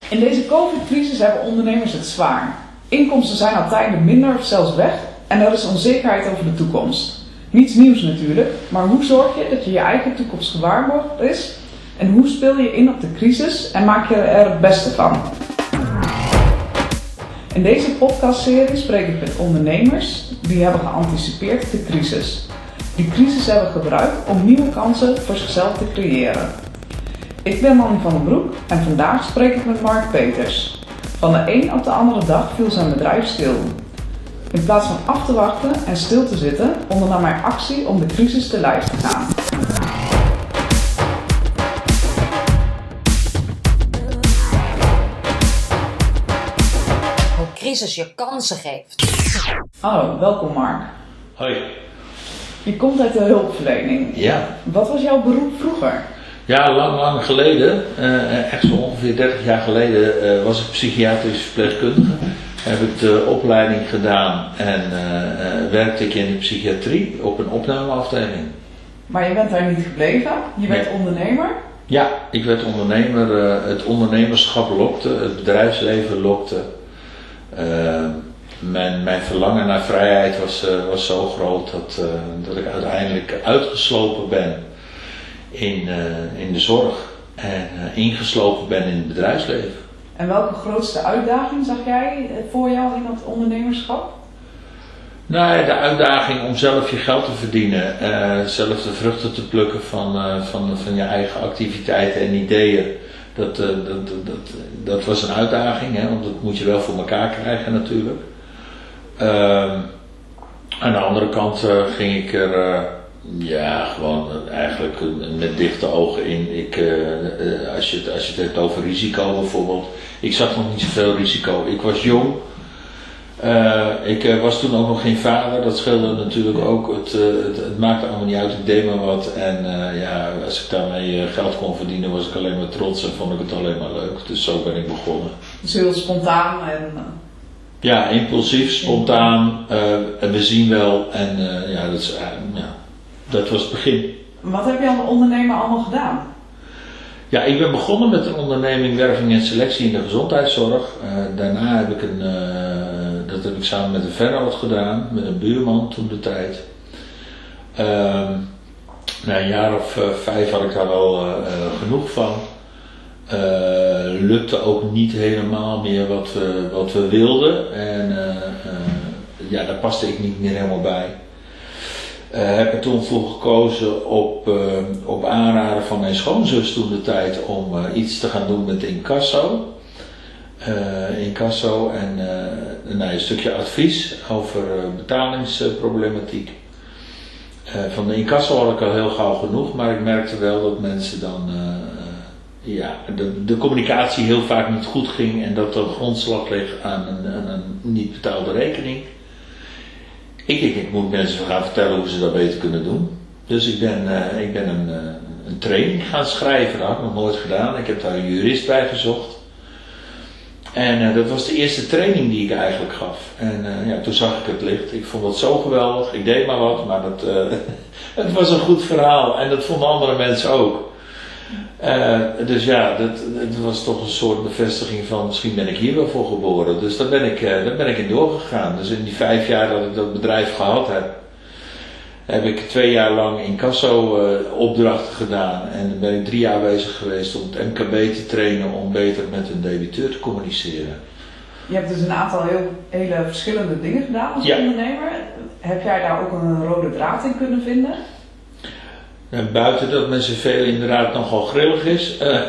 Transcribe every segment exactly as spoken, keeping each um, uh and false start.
In deze COVID-crisis hebben ondernemers het zwaar. Inkomsten zijn al tijden minder of zelfs weg en er is onzekerheid over de toekomst. Niets nieuws natuurlijk, maar hoe zorg je dat je je eigen toekomst gewaarborgd is? En hoe speel je in op de crisis en maak je er het beste van? In deze podcastserie spreek ik met ondernemers die hebben geanticipeerd op de crisis. Die crisis hebben gebruikt om nieuwe kansen voor zichzelf te creëren. Ik ben Manny van den Broek en vandaag spreek ik met Mark Peters. Van de een op de andere dag viel zijn bedrijf stil. In plaats van af te wachten en stil te zitten, ondernam hij actie om de crisis te lijf te gaan. Hoe crisis je kansen geeft. Hallo, welkom Mark. Hoi. Je komt uit de hulpverlening. Ja. Wat was jouw beroep vroeger? Ja, lang, lang geleden, uh, echt zo ongeveer dertig jaar geleden, uh, was ik psychiatrisch verpleegkundige. Heb ik de opleiding gedaan en uh, uh, werkte ik in de psychiatrie op een opnameafdeling. Maar je bent daar niet gebleven, je werd Nee. ondernemer. Ja, ik werd ondernemer. Uh, het ondernemerschap lokte, het bedrijfsleven lokte. Uh, mijn, mijn verlangen naar vrijheid was, uh, was zo groot dat, uh, dat ik uiteindelijk uitgeslopen ben in, uh, in de zorg en uh, ingeslopen ben in het bedrijfsleven. En welke grootste uitdaging zag jij voor jou in dat ondernemerschap? Nou ja, de uitdaging om zelf je geld te verdienen, uh, zelf de vruchten te plukken van, uh, van, van je eigen activiteiten en ideeën. Dat, uh, dat, dat, dat, dat was een uitdaging, hè, want dat moet je wel voor elkaar krijgen natuurlijk. Uh, aan de andere kant uh, ging ik er uh, ja, gewoon uh, eigenlijk uh, met dichte ogen in. Ik, uh, uh, als, je het, als je het hebt over risico bijvoorbeeld, ik zag nog niet zoveel risico. Ik was jong. Uh, ik uh, was toen ook nog geen vader, dat scheelde natuurlijk ook. Het, uh, het, het maakte allemaal niet uit, ik deed maar wat. En uh, ja, als ik daarmee uh, geld kon verdienen, was ik alleen maar trots en vond ik het alleen maar leuk. Dus zo ben ik begonnen. Dus heel spontaan en... Uh... Ja, impulsief, spontaan, uh, we zien wel. En uh, ja, dat, is, uh, ja, dat was het begin. Wat heb je als ondernemer allemaal gedaan? Ja, ik ben begonnen met een onderneming werving en selectie in de gezondheidszorg. Uh, daarna heb ik een, uh, dat heb ik samen met een vennoot gedaan, met een buurman toen de tijd. Uh, na een jaar of uh, vijf had ik daar wel uh, uh, genoeg van. Uh, lukte ook niet helemaal meer wat we, wat we wilden. En uh, uh, ja, daar paste ik niet meer helemaal bij. Uh, heb er toen voor gekozen op, uh, op aanraden van mijn schoonzus toen de tijd om uh, iets te gaan doen met incasso. Uh, incasso en uh, nou, een stukje advies over uh, betalingsproblematiek. Uh, van de incasso had ik al heel gauw genoeg, maar ik merkte wel dat mensen dan uh, ja, de, de communicatie heel vaak niet goed ging en dat er grondslag ligt aan een, aan een niet betaalde rekening. Ik denk, ik moet mensen gaan vertellen hoe ze dat beter kunnen doen. Dus ik ben, uh, ik ben een, uh, een training gaan schrijven, dat had ik nog nooit gedaan. Ik heb daar een jurist bij gezocht. En uh, dat was de eerste training die ik eigenlijk gaf. En uh, ja, toen zag ik het licht. Ik vond het zo geweldig. Ik deed maar wat, maar dat, uh, het was een goed verhaal. En dat vonden andere mensen ook. Uh, dus ja, dat, dat was toch een soort bevestiging van misschien ben ik hier wel voor geboren. Dus daar ben ik, uh, daar ben ik in doorgegaan. Dus in die vijf jaar dat ik dat bedrijf gehad heb, heb ik twee jaar lang incasso uh, opdrachten gedaan. En dan ben ik drie jaar bezig geweest om het M K B te trainen om beter met een debiteur te communiceren. Je hebt dus een aantal heel, hele verschillende dingen gedaan als ja. ondernemer. Heb jij daar ook een rode draad in kunnen vinden? En buiten dat mijn cv inderdaad nogal grillig is, uh,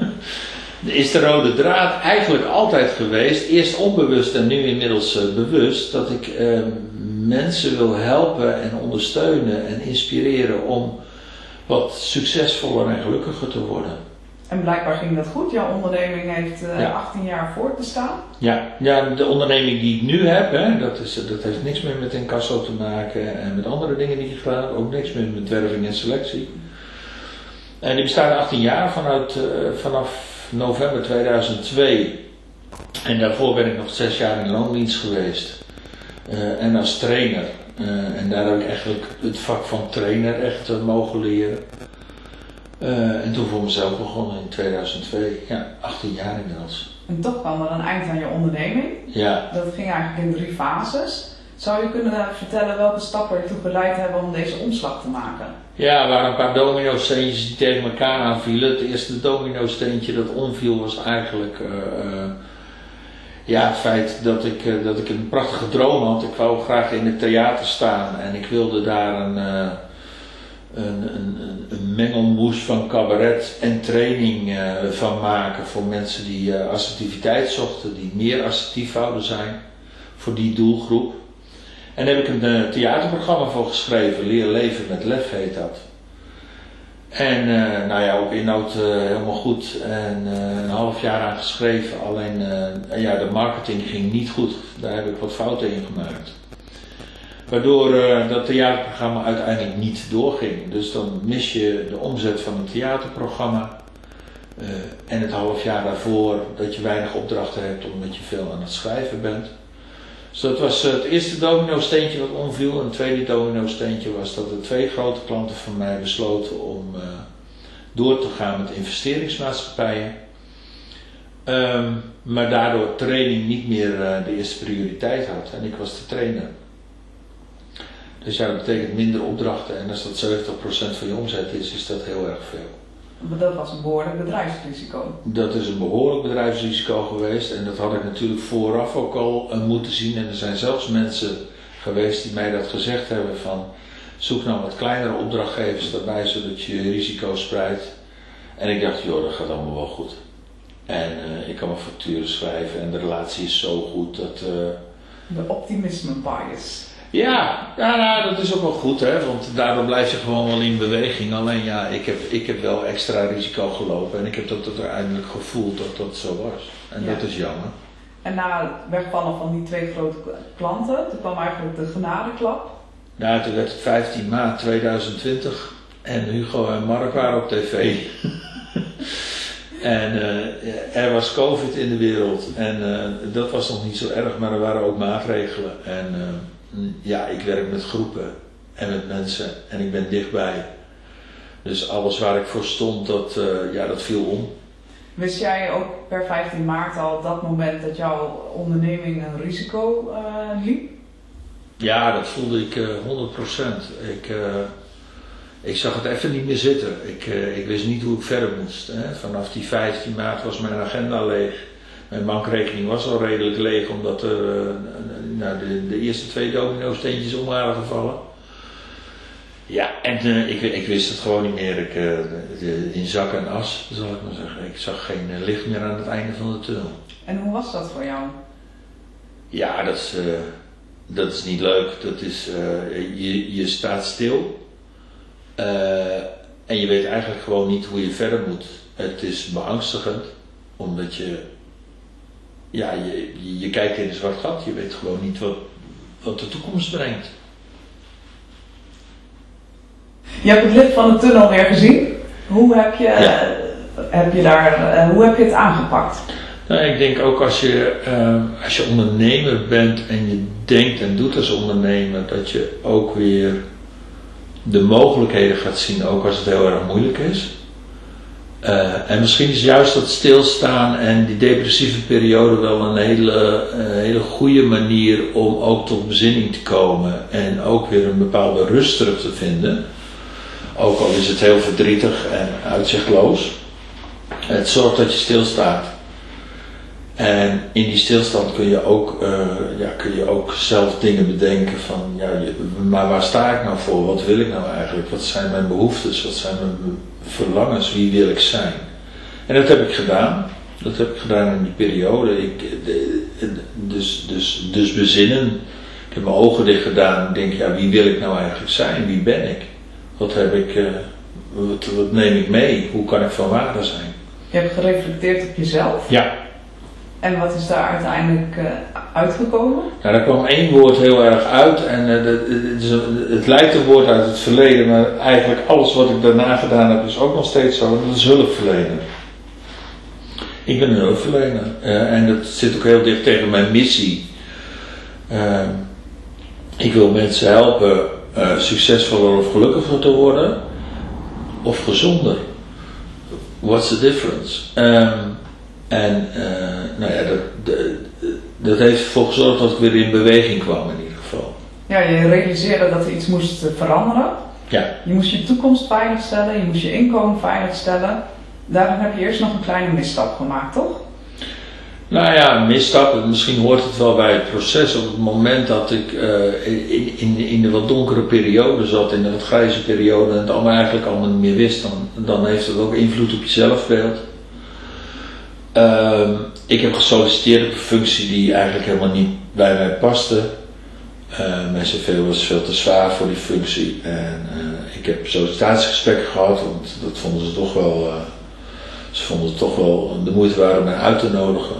is de rode draad eigenlijk altijd geweest, eerst onbewust en nu inmiddels uh, bewust, dat ik uh, mensen wil helpen en ondersteunen en inspireren om wat succesvoller en gelukkiger te worden. En blijkbaar ging dat goed. Jouw onderneming heeft uh, ja. achttien jaar voort te staan. Ja, ja, de onderneming die ik nu heb, hè, dat, is, dat heeft niks meer met incasso te maken en met andere dingen die ik gedaan heb. Ook niks meer met werving en selectie. En die bestaat achttien jaar vanuit, uh, vanaf november tweeduizend twee. En daarvoor ben ik nog zes jaar in loondienst geweest. Uh, en als trainer. Uh, en daar heb ik eigenlijk het vak van trainer echt uh, mogen leren. Uh, en toen voor mezelf begonnen in tweeduizend twee. Ja, achttien jaar inmiddels. En toch kwam er een eind aan je onderneming. Ja. Dat ging eigenlijk in drie fases. Zou je kunnen vertellen welke stappen ertoe geleid hebben om deze omslag te maken? Ja, er waren een paar domino-steentjes die tegen elkaar aanvielen. Het eerste domino-steentje dat omviel was eigenlijk uh, uh, ja, het feit dat ik, uh, dat ik een prachtige droom had. Ik wou graag in het theater staan en ik wilde daar een, uh, een, een, een mengelmoes van cabaret en training uh, van maken voor mensen die uh, assertiviteit zochten, die meer assertief wouden zijn voor die doelgroep. En daar heb ik een uh, theaterprogramma voor geschreven, Leer leven met lef heet dat. En uh, nou ja, op inhoud uh, helemaal goed en uh, een half jaar aan geschreven, alleen uh, ja, de marketing ging niet goed, daar heb ik wat fouten in gemaakt. Waardoor uh, dat theaterprogramma uiteindelijk niet doorging. Dus dan mis je de omzet van een theaterprogramma uh, en het half jaar daarvoor dat je weinig opdrachten hebt omdat je veel aan het schrijven bent. Dus dat was het eerste domino-steentje wat omviel. En het tweede domino-steentje was dat er twee grote klanten van mij besloten om uh, door te gaan met investeringsmaatschappijen. Um, maar daardoor training niet meer uh, de eerste prioriteit had. En ik was de trainer. Dus ja, dat betekent minder opdrachten. En als dat zeventig procent van je omzet is, is dat heel erg veel. Maar dat was een behoorlijk bedrijfsrisico. Dat is een behoorlijk bedrijfsrisico geweest en dat had ik natuurlijk vooraf ook al uh, moeten zien. En er zijn zelfs mensen geweest die mij dat gezegd hebben van zoek nou wat kleinere opdrachtgevers daarbij zodat je risico spreidt. En ik dacht joh, dat gaat allemaal wel goed. En uh, ik kan mijn facturen schrijven en de relatie is zo goed dat... Uh, de optimisme bias. Ja, ja nou, dat is ook wel goed, hè, want daardoor blijf je gewoon wel in beweging. Alleen ja, ik heb, ik heb wel extra risico gelopen en ik heb dat uiteindelijk gevoeld dat dat zo was. En ja. Dat is jammer. En na het wegvallen van die twee grote klanten, toen kwam eigenlijk de genadeklap. Nou, toen werd het vijftien maart tweeduizend twintig en Hugo en Mark waren op tv. En uh, er was COVID in de wereld en uh, dat was nog niet zo erg, maar er waren ook maatregelen. En, uh, ja, ik werk met groepen en met mensen en ik ben dichtbij. Dus alles waar ik voor stond, dat, uh, ja, dat viel om. Wist jij ook per vijftien maart al op dat moment dat jouw onderneming een risico uh, liep? Ja, dat voelde ik uh, honderd procent. Ik, uh, ik zag het even niet meer zitten. Ik, uh, ik wist niet hoe ik verder moest. Hè. Vanaf die vijftien maart was mijn agenda leeg. Mijn bankrekening was al redelijk leeg omdat er uh, nou, de, de eerste twee domino-steentjes om waren gevallen. Ja, en uh, ik, ik wist het gewoon niet meer. Ik, uh, de, de, in zak en as, zal ik maar zeggen. Ik zag geen uh, licht meer aan het einde van de tunnel. En hoe was dat voor jou? Ja, dat is, uh, dat is niet leuk. Dat is, uh, je, je staat stil. Uh, en je weet eigenlijk gewoon niet hoe je verder moet. Het is beangstigend, omdat je... Ja, je, je, je kijkt in een zwart gat, je weet gewoon niet wat, wat de toekomst brengt. Je hebt het licht van de tunnel weer gezien. Hoe heb je, ja. heb je, daar, uh, hoe heb je het aangepakt? Nou, ik denk ook als je, uh, als je ondernemer bent en je denkt en doet als ondernemer, dat je ook weer de mogelijkheden gaat zien, ook als het heel erg moeilijk is. Uh, en misschien is juist dat stilstaan en die depressieve periode wel een hele, uh, hele goede manier om ook tot bezinning te komen en ook weer een bepaalde rust terug te vinden. Ook al is het heel verdrietig en uitzichtloos. Het zorgt dat je stilstaat. En in die stilstand kun je ook, uh, ja, kun je ook zelf dingen bedenken van, ja, je, maar waar sta ik nou voor? Wat wil ik nou eigenlijk? Wat zijn mijn behoeftes? Wat zijn mijn verlangens? Wie wil ik zijn? En dat heb ik gedaan. Dat heb ik gedaan in die periode. Ik, de, de, dus, dus, dus bezinnen. Ik heb mijn ogen dicht gedaan en denk, ja, wie wil ik nou eigenlijk zijn? Wie ben ik? Wat heb ik, uh, wat, wat neem ik mee? Hoe kan ik van waarde zijn? Je hebt gereflecteerd op jezelf? Ja. En wat is daar uiteindelijk uh, uitgekomen? Nou, daar kwam één woord heel erg uit en uh, het, het, het, het lijkt een woord uit het verleden, maar eigenlijk alles wat ik daarna gedaan heb is ook nog steeds zo, en dat is hulpverlener. Ik ben een hulpverlener uh, en dat zit ook heel dicht tegen mijn missie. Uh, ik wil mensen helpen uh, succesvoller of gelukkiger te worden, of gezonder. What's the difference? Um, En uh, nou ja, dat, de, dat heeft ervoor gezorgd dat ik weer in beweging kwam in ieder geval. Ja, je realiseerde dat er iets moest veranderen. Ja. Je moest je toekomst veiligstellen, je moest je inkomen veiligstellen. Daarin heb je eerst nog een kleine misstap gemaakt, toch? Nou ja, een misstap, misschien hoort het wel bij het proces. Op het moment dat ik uh, in, in, in de wat donkere periode zat, in de wat grijze periode en het allemaal eigenlijk allemaal niet meer wist, dan, dan heeft het ook invloed op je zelfbeeld. Uh, ik heb gesolliciteerd op een functie die eigenlijk helemaal niet bij mij paste. Uh, mijn cv was veel te zwaar voor die functie en uh, ik heb sollicitatiegesprekken gehad, want dat vonden ze toch wel, uh, ze vonden het toch wel de moeite waard om mij uit te nodigen.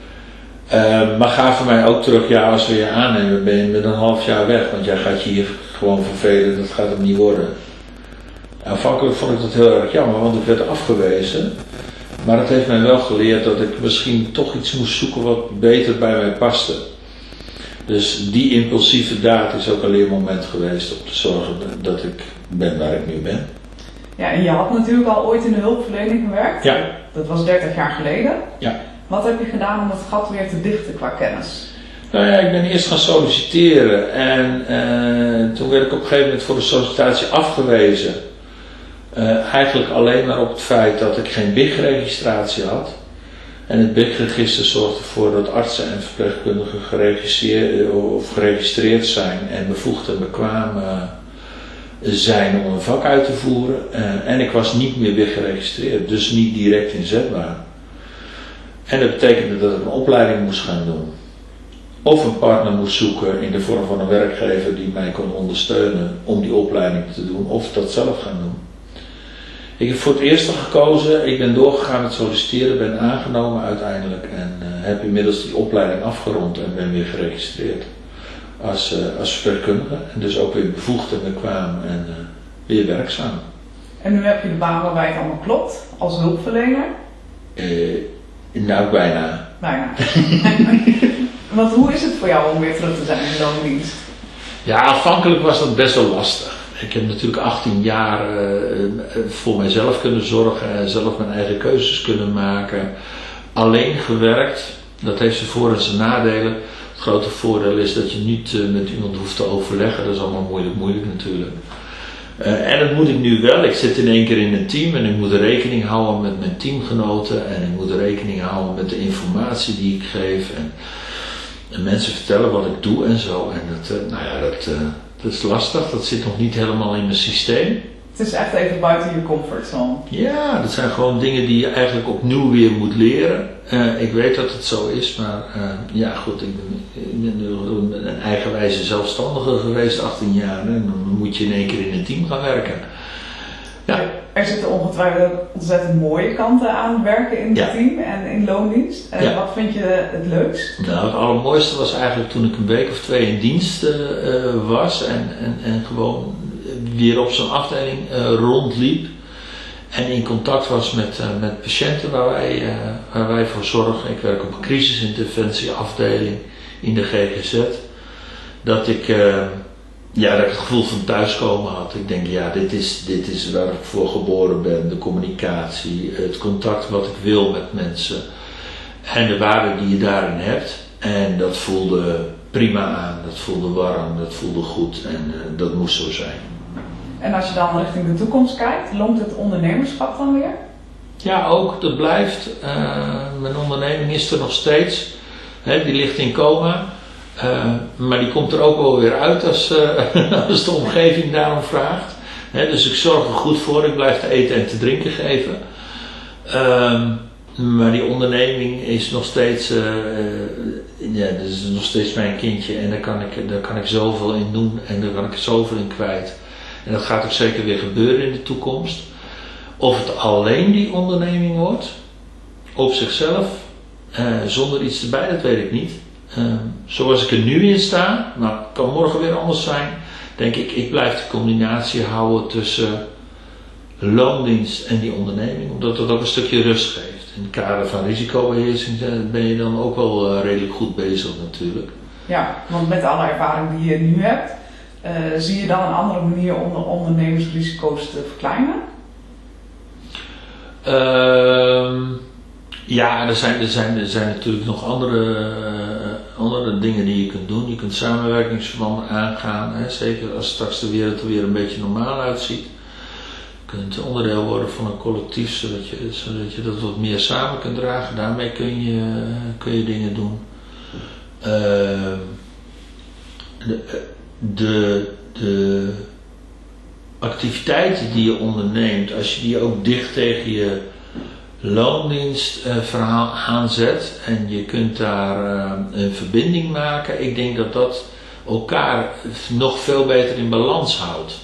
Uh, maar gaven mij ook terug, ja, als we je aannemen ben je met een half jaar weg, want jij gaat je hier gewoon vervelen, dat gaat hem niet worden. Aanvankelijk vond ik dat heel erg jammer, want ik werd afgewezen. Maar dat heeft mij wel geleerd dat ik misschien toch iets moest zoeken wat beter bij mij paste. Dus die impulsieve daad is ook een leermoment geweest om te zorgen dat ik ben waar ik nu ben. Ja, en je had natuurlijk al ooit in de hulpverlening gewerkt. Ja. Dat was dertig jaar geleden. Ja. Wat heb je gedaan om het gat weer te dichten qua kennis? Nou ja, ik ben eerst gaan solliciteren en uh, toen werd ik op een gegeven moment voor de sollicitatie afgewezen. Uh, eigenlijk alleen maar op het feit dat ik geen B I G-registratie had. En het B I G-register zorgt ervoor dat artsen en verpleegkundigen geregistreerd, of geregistreerd zijn en bevoegd en bekwaam uh, zijn om een vak uit te voeren. Uh, en ik was niet meer B I G geregistreerd, dus niet direct inzetbaar. En dat betekende dat ik een opleiding moest gaan doen. Of een partner moest zoeken in de vorm van een werkgever die mij kon ondersteunen om die opleiding te doen, of dat zelf gaan doen. Ik heb voor het eerst al gekozen, ik ben doorgegaan met solliciteren, ben aangenomen uiteindelijk en uh, heb inmiddels die opleiding afgerond en ben weer geregistreerd als, uh, als verpleegkundige. En dus ook weer bevoegd en bekwaam en uh, weer werkzaam. En nu heb je de baan waarbij het allemaal klopt, als hulpverlener? Uh, nou, bijna. Bijna. Want hoe is het voor jou om weer terug te zijn in de loondienst? Ja, aanvankelijk was dat best wel lastig. Ik heb natuurlijk achttien jaar uh, voor mijzelf kunnen zorgen en zelf mijn eigen keuzes kunnen maken. Alleen gewerkt, dat heeft zijn voor- en zijn nadelen. Het grote voordeel is dat je niet uh, met iemand hoeft te overleggen, dat is allemaal moeilijk, moeilijk natuurlijk. Uh, en dat moet ik nu wel, ik zit in één keer in een team en ik moet rekening houden met mijn teamgenoten en ik moet rekening houden met de informatie die ik geef. En, en mensen vertellen wat ik doe en zo. En dat, uh, nou ja, dat... Uh, Dat is lastig, dat zit nog niet helemaal in mijn systeem. Het is echt even buiten je comfortzone. Ja, dat zijn gewoon dingen die je eigenlijk opnieuw weer moet leren. Uh, ik weet dat het zo is, maar uh, ja goed, ik ben, ik ben een eigenwijze zelfstandige geweest, achttien jaar. En dan moet je in één keer in een team gaan werken. Ja. Er zitten ongetwijfeld ontzettend mooie kanten aan werken in het ja. team en in loondienst. En ja. Wat vind je het leukst? Nou, het allermooiste was eigenlijk toen ik een week of twee in dienst uh, was en, en, en gewoon weer op zo'n afdeling uh, rondliep. En in contact was met, uh, met patiënten waar wij, uh, waar wij voor zorgen. Ik werk op een crisisinterventieafdeling in de G G Z. Dat ik... Uh, Ja, dat ik het gevoel van thuiskomen had. Ik denk, ja, dit is, dit is waar ik voor geboren ben. De communicatie, het contact wat ik wil met mensen. En de waarde die je daarin hebt. En dat voelde prima aan, dat voelde warm, dat voelde goed. En uh, dat moest zo zijn. En als je dan richting de toekomst kijkt, loont het ondernemerschap dan weer? Ja, ook, dat blijft. Uh, mijn onderneming is er nog steeds. Hè, die ligt in coma. Uh, maar die komt er ook wel weer uit als, uh, als de omgeving daarom vraagt. He, dus ik zorg er goed voor, ik blijf te eten en te drinken geven. Uh, maar die onderneming is nog steeds, uh, uh, ja, dat is nog steeds mijn kindje en daar kan, ik, daar kan ik zoveel in doen en daar kan ik zoveel in kwijt. En dat gaat ook zeker weer gebeuren in de toekomst. Of het alleen die onderneming wordt, op zichzelf, uh, zonder iets erbij, dat weet ik niet. Uh, zoals ik er nu in sta, maar het kan morgen weer anders zijn, denk ik, ik blijf de combinatie houden tussen loondienst en die onderneming, omdat dat ook een stukje rust geeft. In het kader van risicobeheersing ben je dan ook wel uh, redelijk goed bezig natuurlijk. Ja, want met alle ervaring die je nu hebt, uh, zie je dan een andere manier om de ondernemersrisico's te verkleinen? Uh, Ja, er zijn, er, zijn, er zijn natuurlijk nog andere, uh, andere dingen die je kunt doen. Je kunt samenwerkingsverbanden aangaan, hè? Zeker als straks de wereld er weer een beetje normaal uitziet. Je kunt onderdeel worden van een collectief, zodat je, zodat je dat wat meer samen kunt dragen. Daarmee kun je, kun je dingen doen. Uh, de, de, de activiteiten die je onderneemt, als je die ook dicht tegen je loondienstverhaal uh, aanzet en je kunt daar uh, een verbinding maken, ik denk dat dat elkaar nog veel beter in balans houdt.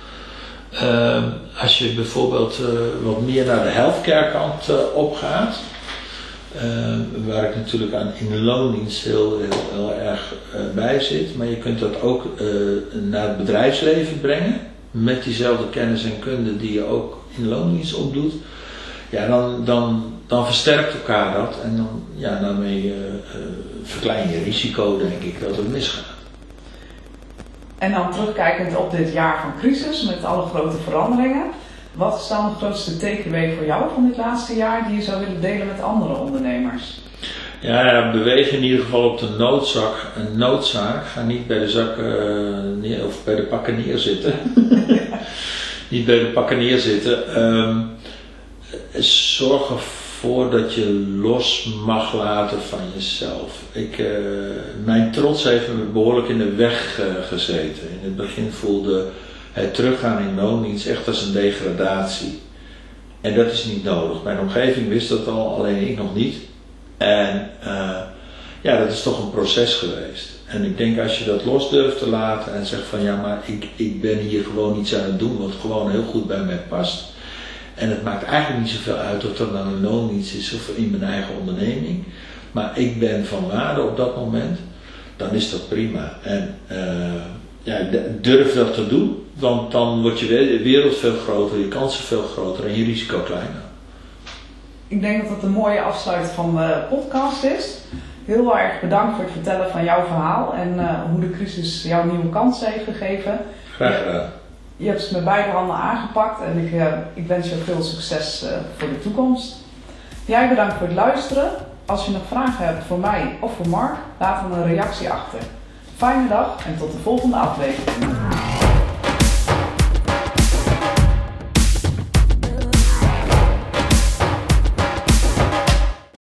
Uh, als je bijvoorbeeld uh, wat meer naar de healthcare kant uh, opgaat, uh, waar ik natuurlijk aan in de loondienst heel, heel, heel erg uh, bij zit, maar je kunt dat ook uh, naar het bedrijfsleven brengen met diezelfde kennis en kunde die je ook in de loondienst opdoet. Ja, dan, dan, dan versterkt elkaar dat en dan, ja, daarmee uh, uh, verklein je risico, denk ik, dat het misgaat. En dan terugkijkend op dit jaar van crisis met alle grote veranderingen, wat is dan de grootste takeaway voor jou van dit laatste jaar die je zou willen delen met andere ondernemers? Ja, ja, beweeg in ieder geval op de noodzaak, een noodzaak. Ga niet bij de zakken uh, neer, of bij de pakken neerzitten. Niet bij de pakken neerzitten. Um, zorg ervoor dat je los mag laten van jezelf. Ik, uh, mijn trots heeft me behoorlijk in de weg uh, gezeten. In het begin voelde het teruggaan in loondienst echt als een degradatie. En dat is niet nodig. Mijn omgeving wist dat al, alleen ik nog niet. En uh, ja, dat is toch een proces geweest. En ik denk als je dat los durft te laten en zegt van ja, maar ik, ik ben hier gewoon iets aan het doen wat gewoon heel goed bij mij past. En het maakt eigenlijk niet zoveel uit of dat nou een loondienst is of in mijn eigen onderneming. Maar ik ben van waarde op dat moment, dan is dat prima. En uh, ja, durf dat te doen, want dan wordt je wereld veel groter, je kansen veel groter en je risico kleiner. Ik denk dat dat een mooie afsluit van de podcast is. Heel erg bedankt voor het vertellen van jouw verhaal en uh, hoe de crisis jou nieuwe kansen heeft gegeven. Graag gedaan. Je hebt het met beide handen aangepakt en ik, uh, ik wens je veel succes uh, voor de toekomst. Jij bedankt voor het luisteren. Als je nog vragen hebt voor mij of voor Mark, laat dan een reactie achter. Fijne dag en tot de volgende aflevering.